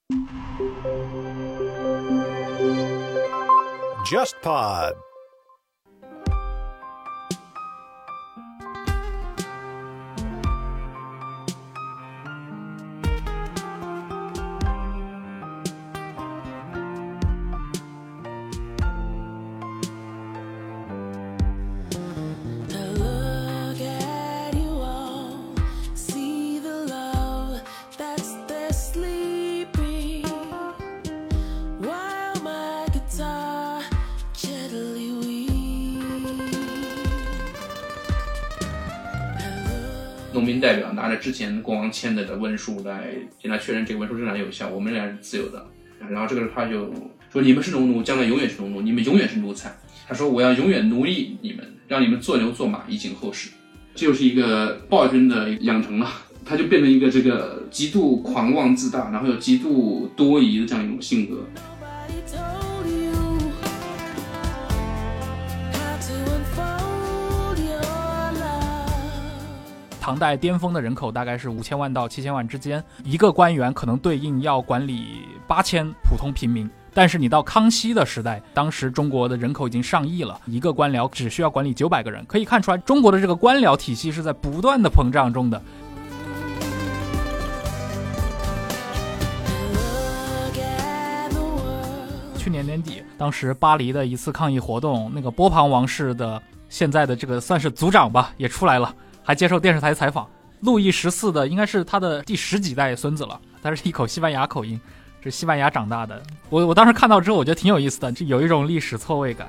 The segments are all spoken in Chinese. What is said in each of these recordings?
JustPod。 农民代表拿着之前国王签的文书来跟他确认这个文书仍然有效，我们仍然是自由的。然后这个时候他就说，你们是农奴，将来永远是农奴，你们永远是奴才。他说我要永远奴役你们，让你们做牛做马，以警后世。这就是一个暴君的养成了，他就变成一个这个极度狂妄自大，然后又极度多疑的这样一种性格。 唐代巅峰的人口大概是5000万到7000万之间，一个官员可能对应要管理8000普通平民。但是你到康熙的时代，当时中国的人口已经上亿了，一个官僚只需要管理900个人，可以看出来中国的这个官僚体系是在不断的膨胀中的。去年年底，当时巴黎的一次抗议活动，那个波旁王室的现在的这个算是族长吧，也出来了，还接受电视台采访。路易14的应该是他的第10几代孙子了，他是一口西班牙口音，是西班牙长大的。我当时看到之后，我觉得挺有意思的，就有一种历史错位感。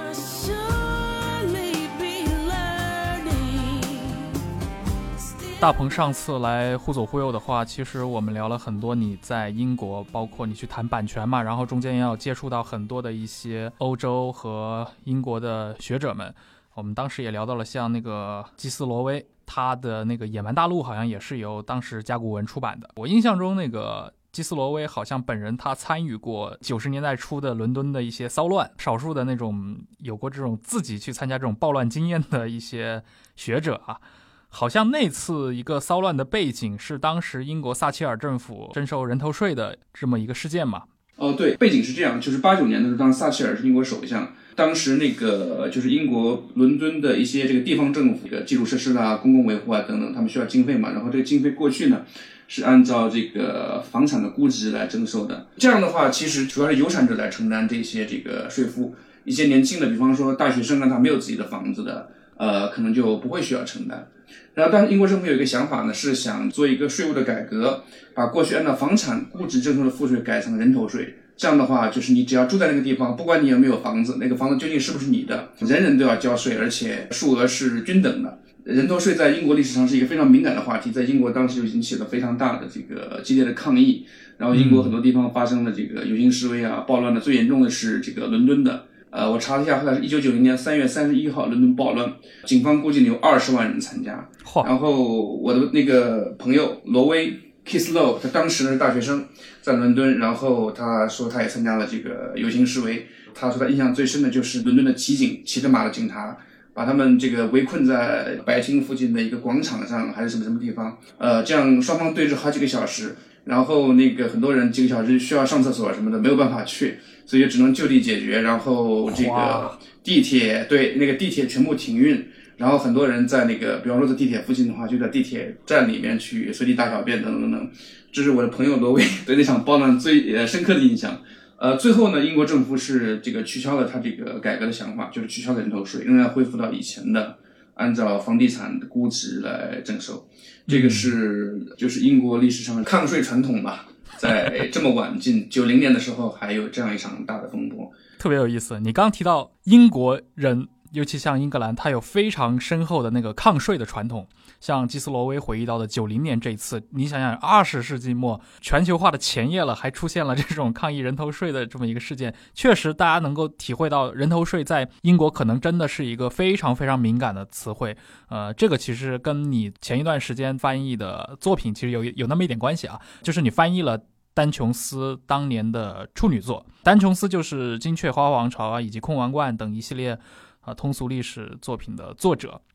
大鹏上次来忽左忽右的话，其实我们聊了很多你在英国，包括你去谈版权嘛，然后中间要接触到很多的一些欧洲和英国的学者们。我们当时也聊到了像那个基斯罗威，他的那个《野蛮大陆》好像也是由当时甲骨文出版的。我印象中那个基斯罗威好像本人他参与过90年代初的伦敦的一些骚乱，少数的那种有过这种自己去参加这种暴乱经验的一些学者啊，好像那次一个骚乱的背景是当时英国撒切尔政府征收人头税的这么一个事件嘛。 对，背景是这样，就是89年的时候，当撒切尔是英国首相，当时那个就是英国伦敦的一些这个地方政府的基础设施啦、公共维护啊等等，他们需要经费嘛，然后这个经费过去呢是按照这个房产的估值来征收的。这样的话，其实主要是有产者来承担这些这个税负，一些年轻的，比方说大学生啊，他没有自己的房子的，可能就不会需要承担。然后当时英国政府有一个想法呢，是想做一个税务的改革，把过去按照房产估值征收的赋税改成人头税。这样的话，就是你只要住在那个地方，不管你有没有房子，那个房子究竟是不是你的，人人都要交税，而且数额是均等的。人头税在英国历史上是一个非常敏感的话题，在英国当时就引起了非常大的这个激烈的抗议，然后英国很多地方发生了这个游行示威啊、暴乱的，最严重的是这个伦敦的。我查了一下，后来是1990年3月31号伦敦暴乱，警方估计有20万人参加。然后我的那个朋友罗威 Kislow， 他当时是大学生，在伦敦，然后他说他也参加了这个游行示威。他说他印象最深的就是伦敦的骑警骑着马的警察把他们这个围困在白厅附近的一个广场上，还是什么地方，这样双方对峙好几个小时，然后那个很多人几个小时需要上厕所什么的没有办法去，所以只能就地解决。然后这个地铁，对，那个地铁全部停运，然后很多人在那个比方说在地铁附近的话，就在地铁站里面去随地大小便等等等等。这是我的朋友罗威对那场暴乱最深刻的印象。最后呢，英国政府是这个取消了他这个改革的想法，就是取消了人头税，仍然恢复到以前的按照房地产的估值来征收。这个是就是英国历史上的抗税传统吧，在这么晚近90年的时候还有这样一场大的风波， 特别有意思。你刚提到英国人，尤其像英格兰，它有非常深厚的那个抗税的传统。像基斯罗威回忆到的90年这一次，你想想20世纪末全球化的前夜了，还出现了这种抗议人头税的这么一个事件，确实大家能够体会到人头税在英国可能真的是一个非常非常敏感的词汇。这个其实跟你前一段时间翻译的作品其实有那么一点关系啊，就是你翻译了丹琼斯当年的处女作。丹琼斯就是金雀花王朝啊以及空王冠等一系列通俗历史作品的作者。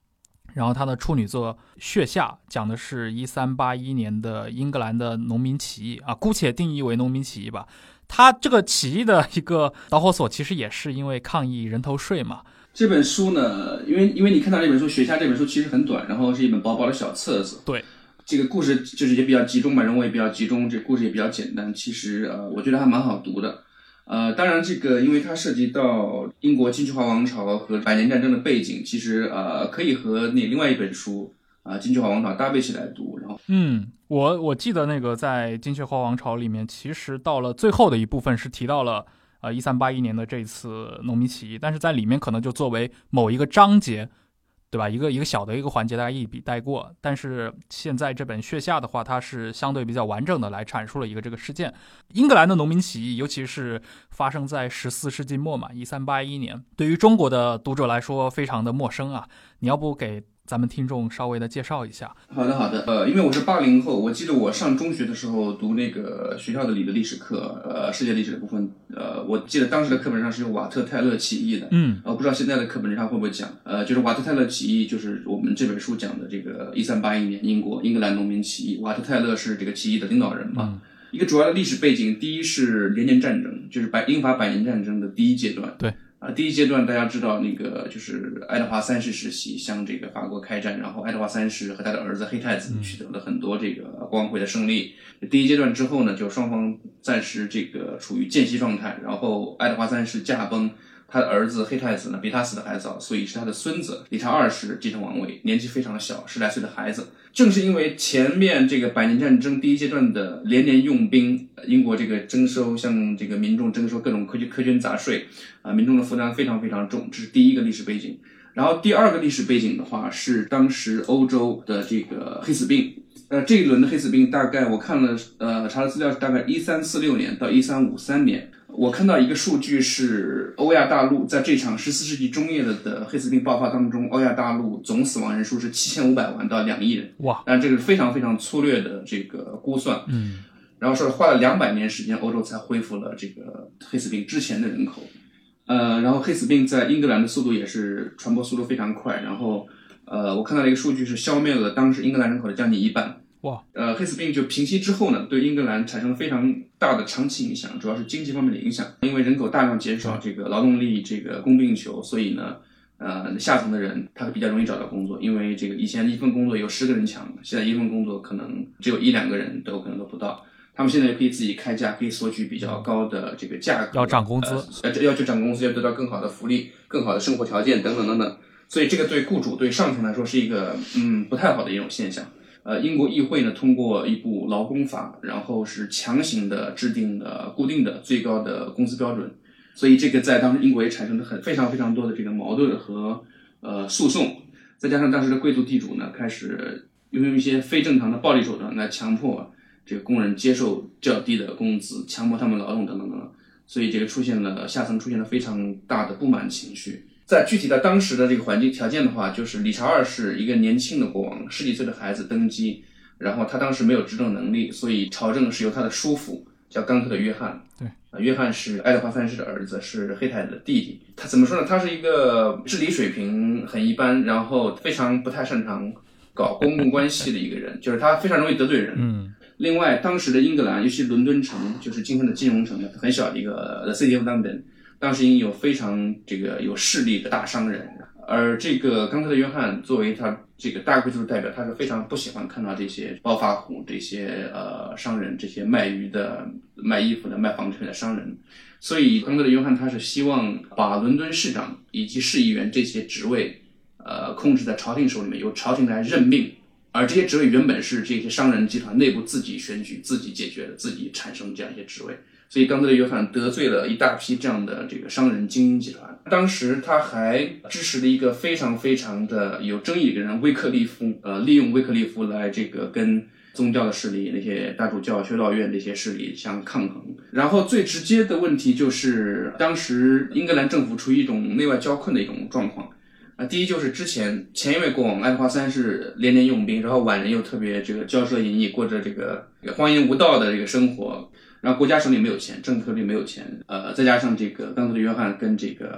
然后他的处女作《血下》讲的是1381年的英格兰的农民起义啊，姑且定义为农民起义吧。他这个起义的一个导火索其实也是因为抗议人头税嘛。 这本书呢，因为你看到这本书《血下》这本书其实很短，然后是一本薄薄的小册子。 对， 这个故事就是也比较集中吧，人物也比较集中，这故事也比较简单。其实我觉得还蛮好读的。当然这个因为它涉及到英国金雀花王朝和百年战争的背景，其实可以和那另外一本书金雀花王朝搭配起来读。然后我记得那个在金雀花王朝里面，其实到了最后的一部分是提到了1381年的这次农民起义，但是在里面可能就作为某一个章节，对吧？一个小的一个环节，大家一笔带过。但是现在这本《血下》的话，它是相对比较完整的来阐述了一个这个事件。英格兰的农民起义，尤其是发生在14世纪末嘛，1381年，对于中国的读者来说非常的陌生啊。你要不给咱们听众稍微的介绍一下？ 好的，因为我是80后，我记得我上中学的时候读那个学校的历史课，世界历史的部分，我记得当时的课本上是有瓦特泰勒起义的，不知道现在的课本上会不会讲，就是瓦特泰勒起义，就是我们这本书讲的这个1381年英格兰农民起义，瓦特泰勒是这个起义的领导人嘛。一个主要的历史背景，第一是连年战争，就是英法百年战争的第一阶段。 对。 第一阶段大家知道那个就是爱德华三世时期向这个法国开战，然后爱德华三世和他的儿子黑太子取得了很多这个光辉的胜利。第一阶段之后呢，就双方暂时这个处于间隙状态，然后爱德华三世驾崩，他的儿子黑太子呢比他死的还早，所以是他的孙子理查二世继承王位，年纪非常小，10来岁的孩子。正是因为前面这个百年战争第一阶段的连年用兵，英国这个向这个民众征收各种苛捐杂税民众的负担非常非常重，这是第一个历史背景。然后第二个历史背景的话是当时欧洲的这个黑死病。这一轮的黑死病大概我看了查了资料，大概1346年到1353年。我看到一个数据是欧亚大陆在这场14世纪中叶的黑死病爆发当中，欧亚大陆总死亡人数是7500万到2亿人。 哇！ 但这个是非常非常粗略的这个估算。然后说花了200年时间，欧洲才恢复了这个黑死病之前的人口。然后黑死病在英格兰的速度也是传播速度非常快，然后我看到了一个数据是消灭了当时英格兰人口的将近一半。 哇！ 黑死病就平息之后呢，对英格兰产生了非常大的长期影响，主要是经济方面的影响。因为人口大量减少，这个劳动力这个供不应求，所以呢下层的人他比较容易找到工作，因为这个以前一份工作有10个人抢，现在一份工作可能只有1-2个人都可能都不到。他们现在可以自己开价，可以索取比较高的这个价格， 要涨工资， 要去涨工资，要得到更好的福利、更好的生活条件等等等等。所以这个对雇主、对上层来说是一个不太好的一种现象。英国议会呢通过一部劳工法，然后是强行的制定了固定的最高的工资标准，所以这个在当时英国也产生了非常非常多的这个矛盾和诉讼。再加上当时的贵族地主呢开始用一些非正常的暴力手段来强迫这个工人接受较低的工资，强迫他们劳动等等等等，所以这个下层出现了非常大的不满情绪。在具体的当时的这个环境条件的话，就是理查二世一个年轻的国王，10几岁的孩子登基，然后他当时没有执政能力，所以朝政是由他的叔父叫冈特的约翰。 对， 约翰是爱德华三世的儿子，是黑太子的弟弟。他怎么说呢？他是一个治理水平很一般，然后非常不太擅长搞公共关系的一个人，就是他非常容易得罪人。另外，当时的英格兰，尤其是伦敦城，就是今天的金融城，很小的一个 The City of London。当时有非常这个有势力的大商人，而这个冈特的约翰作为他这个大贵族的代表，他是非常不喜欢看到这些暴发户、这些商人、这些卖鱼的、卖衣服的、卖纺织品的商人。所以冈特的约翰他是希望把伦敦市长以及市议员这些职位控制在朝廷手里面，由朝廷来任命。而这些职位原本是这些商人集团内部自己选举、自己解决的、自己产生这样一些职位。所以冈特的约翰得罪了一大批这样的这个商人精英集团。当时他还支持了一个非常非常的有争议的人威克利夫，利用威克利夫来这个跟宗教的势力、那些大主教、修道院这些势力相抗衡。然后最直接的问题就是当时英格兰政府处于一种内外交困的一种状况。第一就是前一位国王爱德华三世连年用兵，然后晚年又特别这个骄奢淫逸，过着这个荒淫无道的这个生活，然后国家手里没有钱，政府手里没有钱，再加上这个冈特的约翰跟这个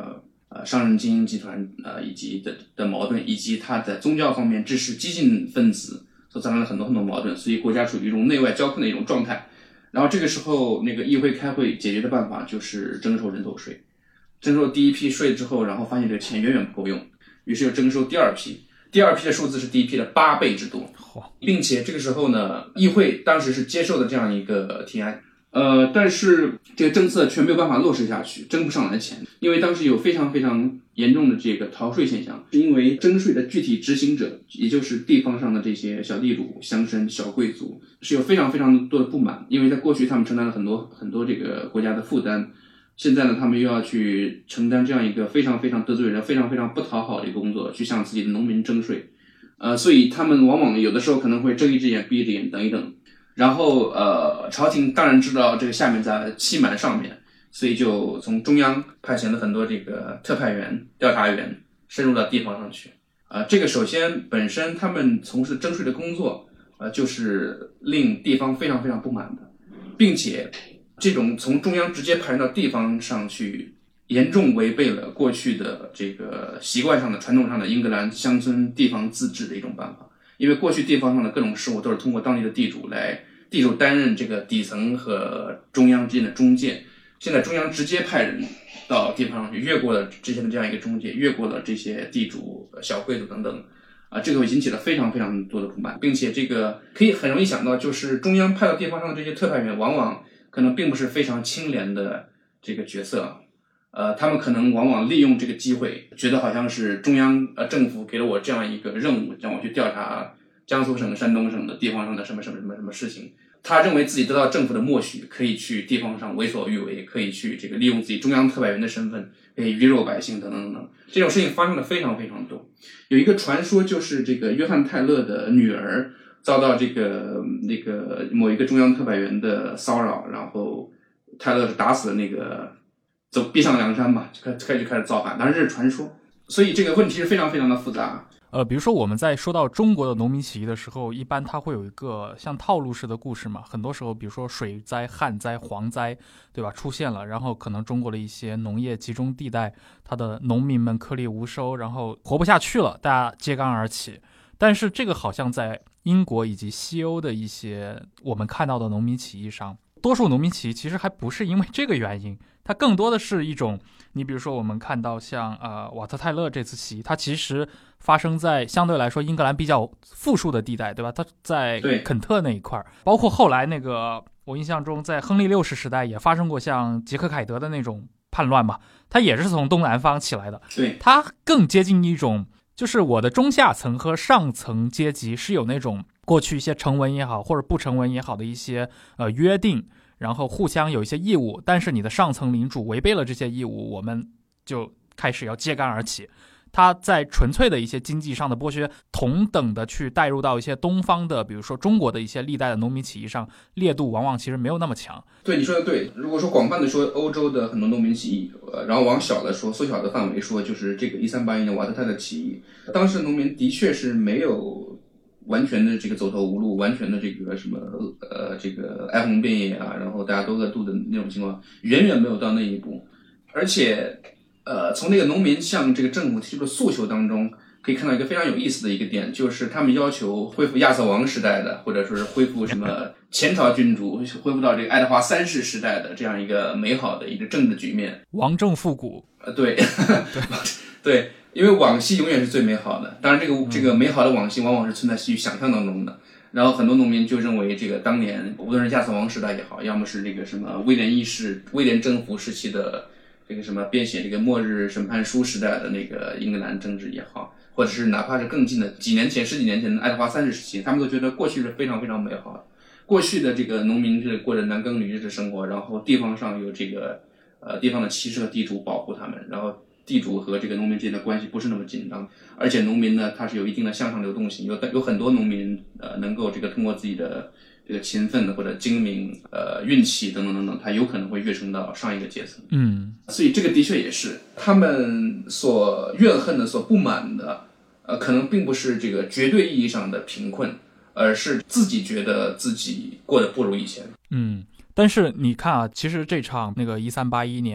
商人精英集团以及的矛盾，以及它在宗教方面支持激进分子所造成了很多矛盾，所以国家处于一种内外交困的一种状态。然后这个时候那个议会开会解决的办法就是征收人头税，征收第一批税之后，然后发现这个钱远远不够用，于是又征收第二批的数字是第一批的8倍之多，并且这个时候呢，议会当时是接受的这样一个提案，但是这个政策却没有办法落实下去，征不上来钱，因为当时有非常非常严重的这个逃税现象，是因为征税的具体执行者，也就是地方上的这些小地主、乡绅、小贵族，是有非常非常多的不满，因为在过去他们承担了很多这个国家的负担。现在呢，他们又要去承担这样一个非常非常得罪人、非常非常不讨好的一个工作，去向自己的农民征税。所以他们往往有的时候可能会睁一只眼闭一只眼，等一等。然后朝廷当然知道这个下面在欺瞒上面，所以就从中央派遣了很多这个特派员、调查员深入到地方上去。这个首先本身他们从事征税的工作，就是令地方非常非常不满的，并且这种从中央直接派人到地方上去，严重违背了过去的这个习惯上的、传统上的英格兰乡村地方自治的一种办法。因为过去地方上的各种事务都是通过当地的地主担任这个底层和中央之间的中介，现在中央直接派人到地方上去，越过了之前的这样一个中介，越过了这些地主、小贵族等等，这个引起了非常非常多的不满，并且这个可以很容易想到，就是中央派到地方上的这些特派员，往往可能并不是非常清廉的这个角色，他们可能往往利用这个机会，觉得好像是中央政府给了我这样一个任务，让我去调查江苏省、山东省的地方上的什么事情。他认为自己得到政府的默许，可以去地方上为所欲为，可以去这个利用自己中央特派员的身份，可以鱼肉百姓等等等等。这种事情发生的非常非常多。有一个传说，就是这个约翰泰勒的女儿遭到这个某一个中央特派员的骚扰，然后泰勒是打死了那个逼上梁山吧，就开始造反，当然这是传说。所以这个问题是非常非常的复杂。 比如说我们在说到中国的农民起义的时候，一般它会有一个像套路式的故事嘛，很多时候比如说水灾、旱灾、蝗灾，对吧，出现了，然后可能中国的一些农业集中地带，它的农民们颗粒无收，然后活不下去了，大家揭竿而起。但是这个好像在英国以及西欧的一些我们看到的农民起义上，多数农民起义其实还不是因为这个原因，它更多的是一种，你比如说我们看到像瓦特泰勒这次起义，它其实发生在相对来说英格兰比较富庶的地带，对吧？它在肯特那一块，包括后来那个我印象中在亨利6世时代也发生过像杰克凯德的那种叛乱嘛，它也是从东南方起来的。 对， 它更接近一种，就是我的中下层和上层阶级是有那种过去一些成文也好或者不成文也好的一些约定，然后互相有一些义务，但是你的上层领主违背了这些义务，我们就开始要揭竿而起。他在纯粹的一些经济上的剥削，同等的去带入到一些东方的，比如说中国的一些历代的农民起义上，烈度往往其实没有那么强。 对，你说的对。如果说广泛的说欧洲的很多农民起义，然后往小的说，缩小的范围说，就是这个1381年瓦特泰勒起义，当时农民的确是没有完全的这个走投无路，完全的这个什么这个哀鸿遍野啊，然后大家都饿肚的那种情况，远远没有到那一步。而且从那个农民向这个政府提出的诉求当中，可以看到一个非常有意思的一个点，就是他们要求恢复亚瑟王时代的，或者说是恢复什么前朝君主，恢复到这个爱德华3世时代的这样一个美好的一个政治局面， 王政复古。 对对，因为往昔永远是最美好的，当然这个美好的往昔往往是存在于想象当中的。然后很多农民就认为，这个当年无论是亚瑟王时代也好，要么是这个什么威廉征服时期的这个什么编写这个末日审判书时代的那个英格兰政治也好，或者是哪怕是更近的十几年前的爱德华3世时期，他们都觉得过去是非常非常美好的。过去的这个农民是过着男耕女织的生活，然后地方上有这个地方的骑士和地主保护他们，然后地主和这个农民之间的关系不是那么紧张，而且农民呢，他是有一定的向上流动性，有很多农民能够这个通过自己的这个勤奋或者精明运气等等等等，他有可能会跃升到上一个阶层。所以这个的确也是他们所怨恨的、所不满的，可能并不是这个绝对意义上的贫困，而是自己觉得自己过得不如以前。 但是你看啊，其实这场那个1381年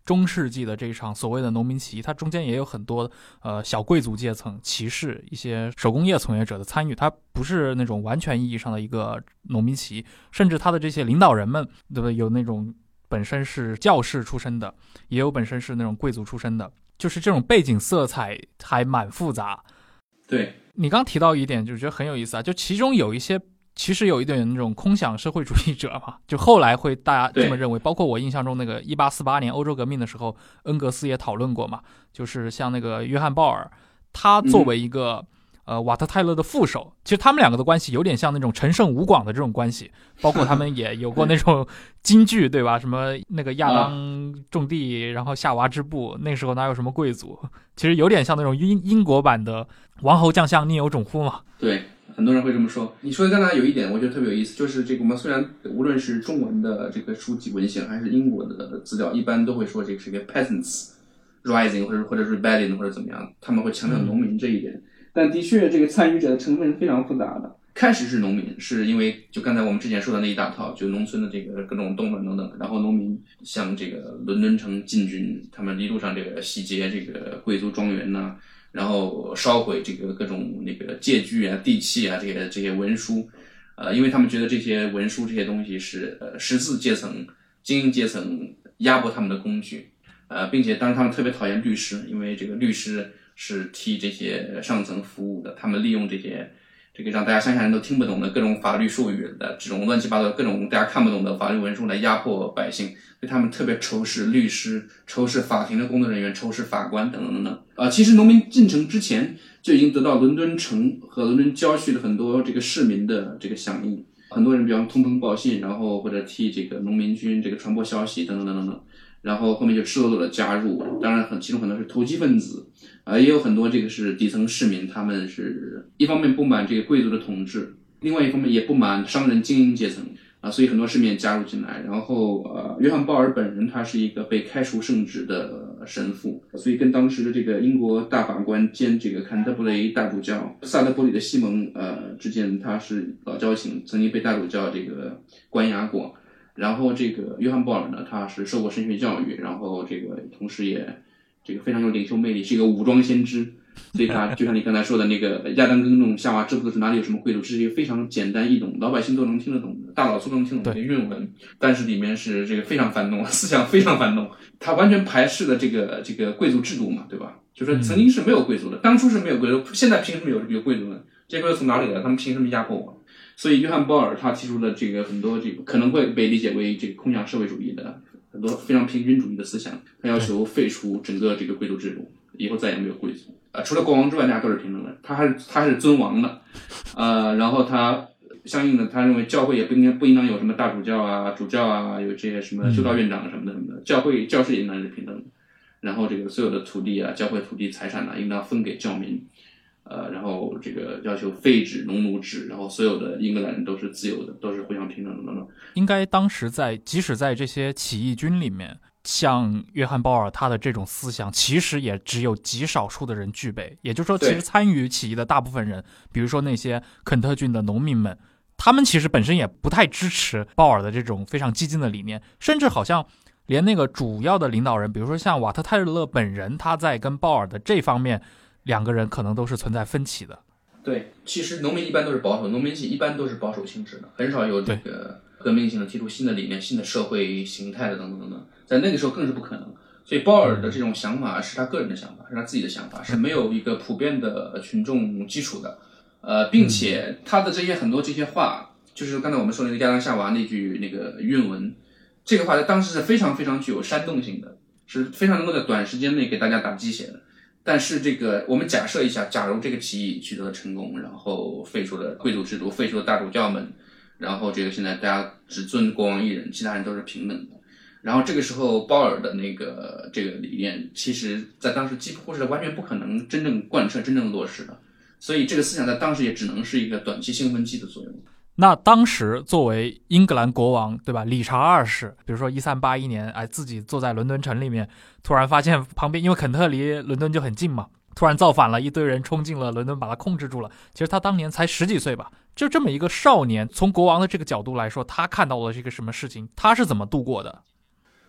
中世纪的这场所谓的农民起义，它中间也有很多小贵族阶层、骑士、一些手工业从业者的参与，它不是那种完全意义上的一个农民起义，甚至它的这些领导人们，对吧？有那种本身是教士出身的，也有本身是那种贵族出身的，就是这种背景色彩还蛮复杂。 对， 你刚提到一点，就觉得很有意思啊，就其中有一些其实有一点那种空想社会主义者嘛，就后来会大家这么认为，包括我印象中那个1848年欧洲革命的时候，恩格斯也讨论过嘛，就是像那个约翰鲍尔，他作为一个瓦特泰勒的副手，其实他们两个的关系有点像那种陈胜吴广的这种关系，包括他们也有过那种金句，对吧？什么那个亚当种地，然后夏娃织布，那时候哪有什么贵族？其实有点像那种英国版的王侯将相宁有种乎嘛。 对，很多人会这么说。你说的刚才有一点，我觉得特别有意思，就是这个我们虽然无论是中文的这个书籍文献，还是英国的资料，一般都会说这个是一个 peasants rising 或者 rebellion 或者怎么样，他们会强调农民这一点。但的确，这个参与者的成分是非常复杂的。开始是农民，是因为就刚才我们之前说的那一大套，就农村的这个各种动乱等等，然后农民向这个伦敦城进军，他们一路上这个洗劫这个贵族庄园呐，然后烧毁这个各种那个借据啊、地契啊这些文书，因为他们觉得这些文书这些东西是识字阶层、精英阶层压迫他们的工具，并且当时他们特别讨厌律师，因为这个律师是替这些上层服务的，他们利用这些这个让大家乡下人都听不懂的各种法律术语的这种乱七八糟各种大家看不懂的法律文书来压迫百姓，所以他们特别仇视律师、仇视法庭的工作人员、仇视法官等等等等。其实农民进城之前就已经得到伦敦城和伦敦郊区的很多这个市民的这个响应，很多人比方通风报信，然后或者替这个农民军这个传播消息等等等等等，然后后面就赤裸裸的加入，当然其中很多是投机分子。也有很多这个是底层市民，他们是一方面不满这个贵族的统治，另外一方面也不满商人精英阶层所以很多市民也加入进来。然后约翰鲍尔本人他是一个被开除圣职的神父，所以跟当时的这个英国大法官兼这个坎特伯雷大主教萨德伯里的西蒙之间他是老交情，曾经被大主教这个关押过。然后这个约翰鲍尔呢，他是受过神学教育，然后这个同时也这个非常有领袖魅力，是一个武装先知，所以他就像你刚才说的那个亚当耕种夏娃织布的是哪里有什么贵族，这是一个非常简单易懂，老百姓都能听得懂的，大老粗都能听懂的韵文，但是里面是这个非常反动，思想非常反动，他完全排斥了这个贵族制度嘛，对吧？就是曾经是没有贵族的，当初是没有贵族，现在凭什么有贵族呢？这贵族从哪里来？他们凭什么压迫我？所以约翰鲍尔他提出了这个很多这个可能会被理解为这个空想社会主义的很多非常平均主义的思想，他要求废除整个这个贵族制度，以后再也没有贵族除了国王之外，大家都是平等的。他是尊王的，然后他相应的他认为教会也不应当有什么大主教啊、主教啊，有这些什么修道院长什么的什么的，教士也应当是平等的。然后这个所有的土地啊、教会土地财产应当分给教民。然后这个要求废止农奴制，然后所有的英格兰人都是自由的，都是互相平等的。 应该当时即使在这些起义军里面，像约翰鲍尔他的这种思想，其实也只有极少数的人具备。也就是说，其实参与起义的大部分人，比如说那些肯特郡的农民们，他们其实本身也不太支持鲍尔的这种非常激进的理念，甚至好像连那个主要的领导人，比如说像瓦特泰勒本人，他在跟鲍尔的这方面，两个人可能都是存在分歧的。 对，其实农民一般都是保守，农民系一般都是保守性质的，很少有这个革命性的提出新的理念、新的社会形态的等等等等，在那个时候更是不可能。所以鲍尔的这种想法是他个人的想法，是他自己的想法，是没有一个普遍的群众基础的。并且他的很多这些话，就是刚才我们说的那个亚当夏娃那句那个韵文，这个话在当时是非常非常具有煽动性的，是非常能够在短时间内给大家打鸡血的。但是这个我们假设一下，假如这个起义取得了成功，然后废除了贵族制度，废除了大主教们，然后这个现在大家只尊国王一人，其他人都是平等的。然后这个时候鲍尔的这个理念，其实在当时几乎是完全不可能真正贯彻、真正落实的。所以这个思想在当时也只能是一个短期兴奋剂的作用。 那当时作为英格兰国王，对吧？理查二世，比如说1381年，自己坐在伦敦城里面，突然发现旁边，因为肯特离伦敦就很近嘛，突然造反了，一堆人冲进了伦敦，把他控制住了。其实他当年才10几岁吧，就这么一个少年，从国王的这个角度来说，他看到了这个什么事情，他是怎么度过的？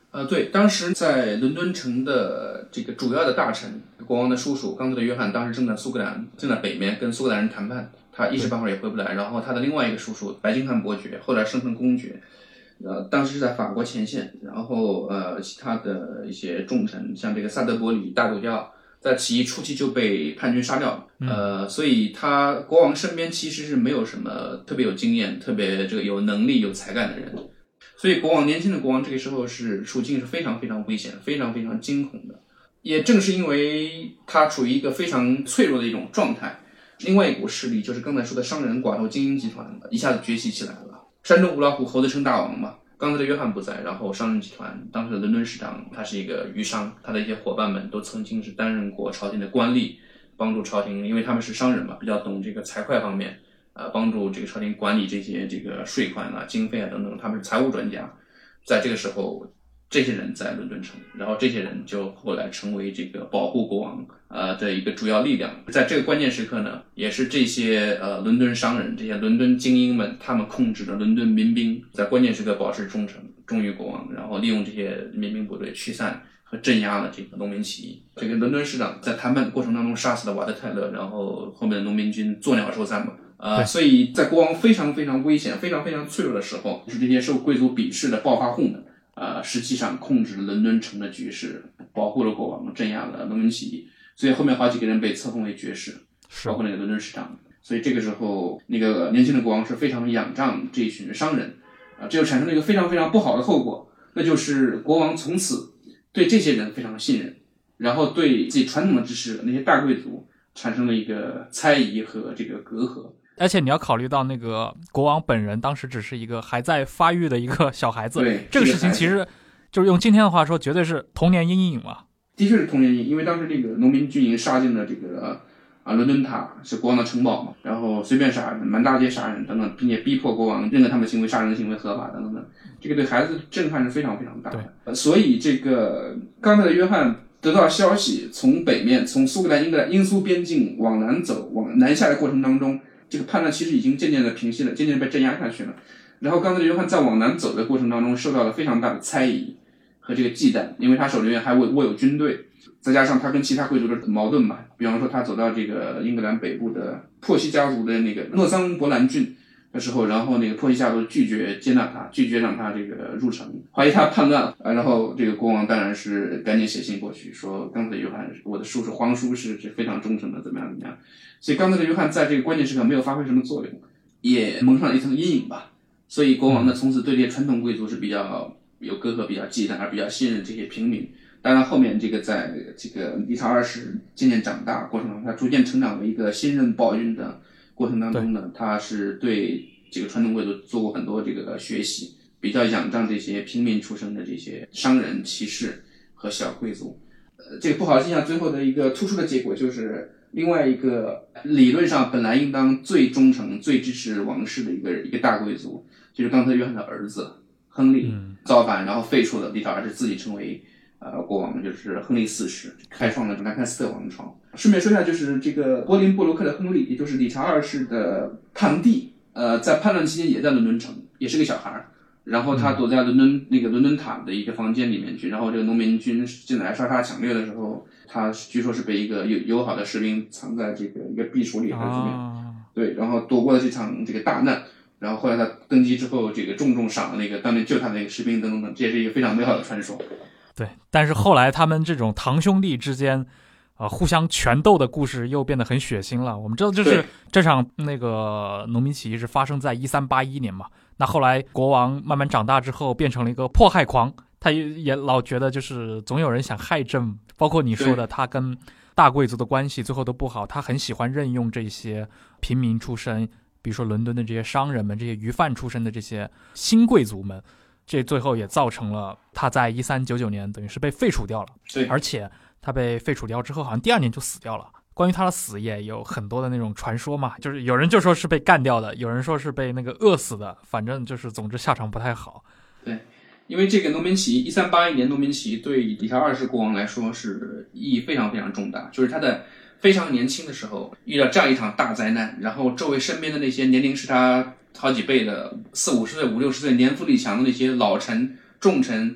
对，当时在伦敦城的这个主要的大臣，国王的叔叔冈特的约翰，当时正在苏格兰，正在北面跟苏格兰人谈判，他一时半会儿也回不来。然后他的另外一个叔叔白金汉伯爵，后来升成公爵，当时是在法国前线。然后其他的一些重臣，像这个萨德伯里大主教，在起义初期就被叛军杀掉了。所以他国王身边其实是没有什么特别有经验、特别这个有能力、有才干的人。所以年轻的国王这个时候是处境是非常非常危险、非常非常惊恐的。也正是因为他处于一个非常脆弱的一种状态，另外一股势力就是刚才说的商人寡头精英集团一下子崛起起来了。山中无老虎，猴子称大王嘛。刚才的约翰不在，然后商人集团当时的伦敦市长他是一个渔商，他的一些伙伴们都曾经是担任过朝廷的官吏，帮助朝廷，因为他们是商人嘛，比较懂这个财会方面。帮助这个朝廷管理这些这个税款啊、经费啊等等，他们是财务专家。在这个时候，这些人在伦敦城，然后这些人就后来成为这个保护国王的一个主要力量。在这个关键时刻呢，也是这些伦敦商人、这些伦敦精英们，他们控制着伦敦民兵，在关键时刻保持忠诚，忠于国王，然后利用这些民兵部队驱散和镇压了这个农民起义。这个伦敦市长在谈判过程当中杀死了瓦特泰勒，然后后面的农民军作鸟兽散嘛。所以在国王非常非常危险、非常非常脆弱的时候，就是这些受贵族鄙视的暴发户们，实际上控制了伦敦城的局势，保护了国王，镇压了农民起义。所以后面好几个人被册封为爵士，包括那个伦敦市长。所以这个时候，那个年轻的国王是非常仰仗这一群商人，这就产生了一个非常非常不好的后果，那就是国王从此对这些人非常信任，然后对自己传统的支持那些大贵族产生了一个猜疑和这个隔阂。 而且你要考虑到那个国王本人当时只是一个还在发育的一个小孩子， 对， 这个事情其实就是用今天的话说，绝对是童年阴影嘛。 的确是童年阴影，因为当时这个农民军营杀进了这个伦敦塔，是国王的城堡嘛，然后随便杀人，满大街杀人等等，并且逼迫国王认可他们的行为，杀人的行为合法等等，这个对孩子震撼是非常非常大的。所以这个刚才的约翰得到消息，从北面从苏格兰英苏边境往南走，往南下的过程当中，这个叛乱其实已经渐渐的平息了，渐渐被镇压下去了。然后刚才的约翰在往南走的过程当中，受到了非常大的猜疑和这个忌惮，因为他手里面还握有军队，再加上他跟其他贵族的矛盾嘛，比方说他走到这个英格兰北部的珀西家族的那个诺桑伯兰郡的时候，然后那个珀西家族拒绝接纳他，拒绝让他这个入城，怀疑他叛乱然后这个国王当然是赶紧写信过去说，刚才的约翰，我的叔叔皇叔是非常忠诚的，怎么样怎么样。所以刚才的约翰在这个关键时刻没有发挥什么作用，也蒙上了一层阴影吧。所以国王呢，从此对这些传统贵族是比较有隔阂、比较忌惮，而比较信任这些平民。当然后面这个在这个理查二世渐渐长大过程中，他逐渐成长为一个新任暴君的过程当中呢，他是对这个传统贵族做过很多这个学习，比较仰仗这些平民出身的这些商人、骑士和小贵族。这个不好的现象最后的一个突出的结果就是另外一个理论上本来应当最忠诚、最支持王室的一个大贵族，就是刚才约翰的儿子亨利造反，然后废黜了理查二世，自己成为国王，就是亨利四世，开创了兰开斯特王朝。顺便说一下，就是这个柏林布鲁克的亨利，也就是理查二世的堂弟，在叛乱期间也在伦敦城，也是个小孩，然后他躲在伦敦塔的一个房间里面去，然后这个农民军进来杀抢掠的时候，他据说是被一个友好的士兵藏在这个一个壁橱里还是怎么样，对，然后躲过了这场这个大难。然后后来他登基之后，这个重重赏了那个当年救他的那个士兵等等等，这也是一个非常美好的传说。 对，但是后来他们这种堂兄弟之间互相权斗的故事又变得很血腥了。我们知道就是这场那个农民起义是发生在1381年嘛，那后来国王慢慢长大之后变成了一个迫害狂，他也老觉得就是总有人想害朕，包括你说的他跟大贵族的关系最后都不好，他很喜欢任用这些平民出身，比如说伦敦的这些商人们，这些鱼贩出身的这些新贵族们，这最后也造成了他在1399年等于是被废除掉了。 对， 而且他被废除掉之后好像第2年就死掉了。关于他的死也有很多的那种传说嘛，就是有人就说是被干掉的，有人说是被那个饿死的，反正就是总之下场不太好。 对，因为这个农民起义1381年农民起义对理查二世国王来说是意义非常非常重大，就是他的非常年轻的时候遇到这样一场大灾难，然后周围身边的那些年龄是他好几倍的40-50岁、50-60岁年富力强的那些老臣重臣，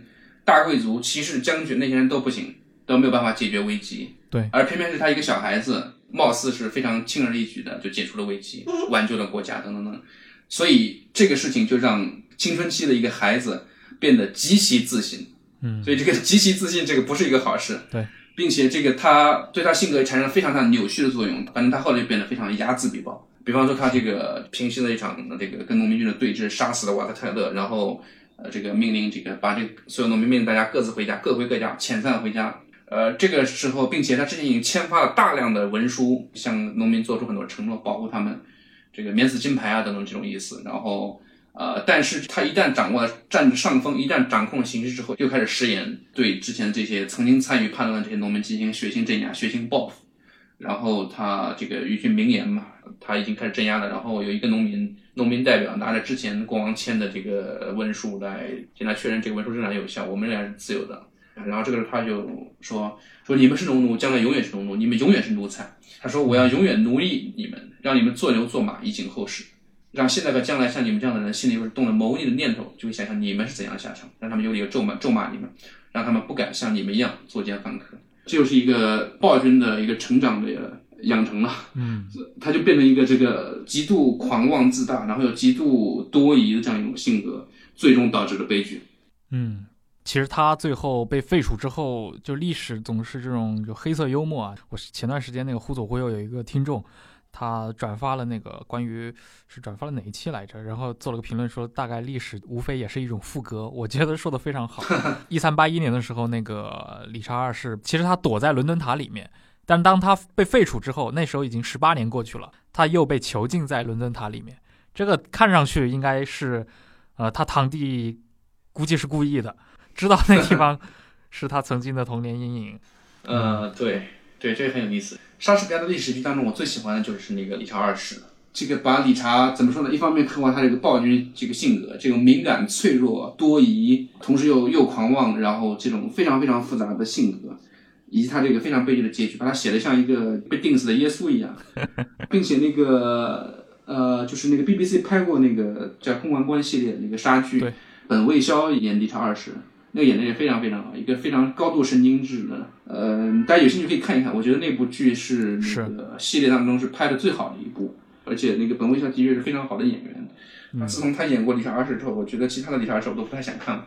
大贵族、骑士、将军那些人都不行，都没有办法解决危机。 对， 而偏偏是他一个小孩子，貌似是非常轻而易举的就解除了危机，挽救了国家等等等。所以这个事情就让青春期的一个孩子变得极其自信。所以这个极其自信，这个不是一个好事。 对， 并且这个他对他性格产生了非常大的扭曲的作用，反正他后来就变得非常睚眦必报。比方说他这个平息了一场这个跟农民军的对峙，杀死了瓦特泰勒，然后这个命令这个把这个所有农民命令大家各自回家，各回各家，遣散回家。这个时候，并且他之前已经签发了大量的文书，向农民做出很多承诺，保护他们这个免死金牌啊等等这种意思。然后但是他一旦掌握了占着上风，一旦掌控了形势之后，又开始食言，对之前这些曾经参与叛乱的这些农民进行血腥镇压、血腥报复。然后他这个有一句名言嘛，他已经开始镇压了。然后有一个农民代表拿着之前国王签的这个文书来向他确认这个文书仍然有效，我们仍然是自由的。然后这个时候他就说你们是农奴，将来永远是农奴，你们永远是奴才。他说我要永远奴役你们，让你们做牛做马，以警后世，让现在和将来像你们这样的人心里有动了谋逆的念头，就会想象你们是怎样的下场，让他们有理由咒骂你们，让他们不敢像你们一样作奸犯科。这就是一个暴君的一个成长的养成了。他就变成一个这个极度狂妄自大，然后又极度多疑的这样一种性格，最终导致了悲剧。 其实他最后被废除之后，就历史总是这种就黑色幽默啊。我前段时间那个忽左忽右有一个听众，他转发了那个关于是转发了哪一期来着，然后做了个评论说大概历史无非也是一种赋格，我觉得说的非常好。1381年的时候，那个理查二世其实他躲在伦敦塔里面，但当他被废除之后，那时候已经18年过去了，他又被囚禁在伦敦塔里面。这个看上去应该是他堂弟估计是故意的，知道那地方是他曾经的童年阴影。 对，这个很有意思。莎士比亚的历史剧当中，我最喜欢的就是那个理查二世。这个把理查怎么说呢？一方面刻画他这个暴君这个性格，这种敏感、脆弱、多疑，同时又狂妄，然后这种非常非常复杂的性格，以及他这个非常悲剧的结局，把他写得像一个被钉死的耶稣一样，并且那个就是那个 BBC 拍过那个叫《公关官》系列的那个杀剧，本卫肖演理查二世。那个演的也非常非常好，一个非常高度神经质的，大家有兴趣可以看一看。我觉得那部剧是那个系列当中是拍的最好的一部，而且那个本卫肖的确是非常好的演员。自从他演过理查二世之后，我觉得其他的理查二世我都不太想看了。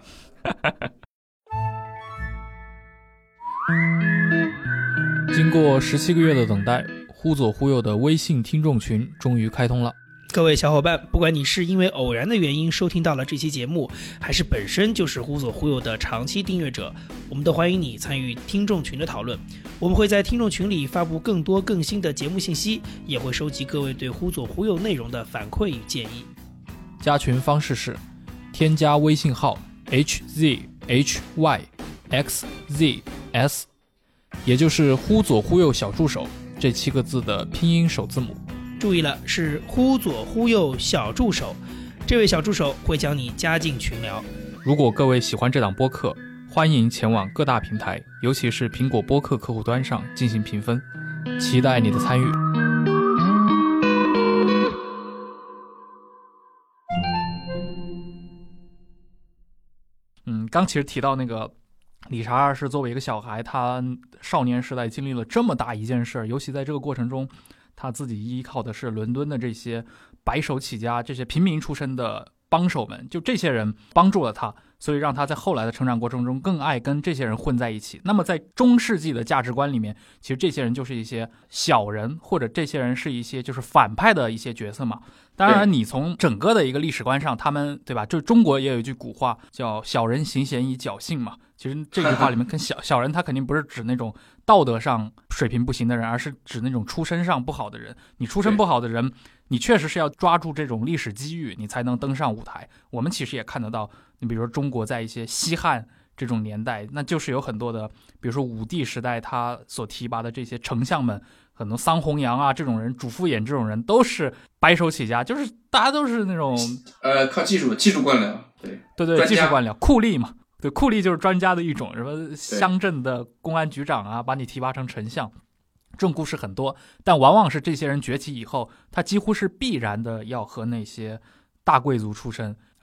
经过17个月的等待，忽左忽右的微信听众群终于开通了。 各位小伙伴，不管你是因为偶然的原因收听到了这期节目，还是本身就是忽左忽右的长期订阅者，我们都欢迎你参与听众群的讨论。我们会在听众群里发布更多更新的节目信息，也会收集各位对忽左忽右内容的反馈与建议。 加群方式是添加微信号 HZHYXZS， 也就是忽左忽右小助手这7个字的拼音首字母。 注意了，是忽左忽右小助手，这位小助手会将你加进群聊。 如果各位喜欢这档播客，欢迎前往各大平台，尤其是苹果播客客户端上进行评分，期待你的参与。刚其实提到那个理查二世作为一个小孩，他少年时代经历了这么大一件事，尤其在这个过程中他自己依靠的是伦敦的这些白手起家、这些平民出身的帮手们，就这些人帮助了他，所以让他在后来的成长过程中更爱跟这些人混在一起。那么在中世纪的价值观里面，其实这些人就是一些小人，或者这些人是一些就是反派的一些角色嘛。当然你从整个的一个历史观上，他们对吧，就中国也有一句古话叫小人行贤以侥幸嘛。其实这句话里面跟小人他肯定不是指那种道德上水平不行的人，而是指那种出身上不好的人。你出身不好的人，你确实是要抓住这种历史机遇，你才能登上舞台。我们其实也看得到，你比如说中国在一些西汉这种年代，那就是有很多的，比如说武帝时代他所提拔的这些丞相们，很多桑弘羊啊这种人，主父偃这种人，都是白手起家，就是大家都是那种靠技术官僚， 对技术官僚酷吏嘛。对，酷吏就是专家的一种，什么乡镇的公安局长啊，把你提拔成丞相，这种故事很多。但往往是这些人崛起以后，他几乎是必然的要和那些大贵族出身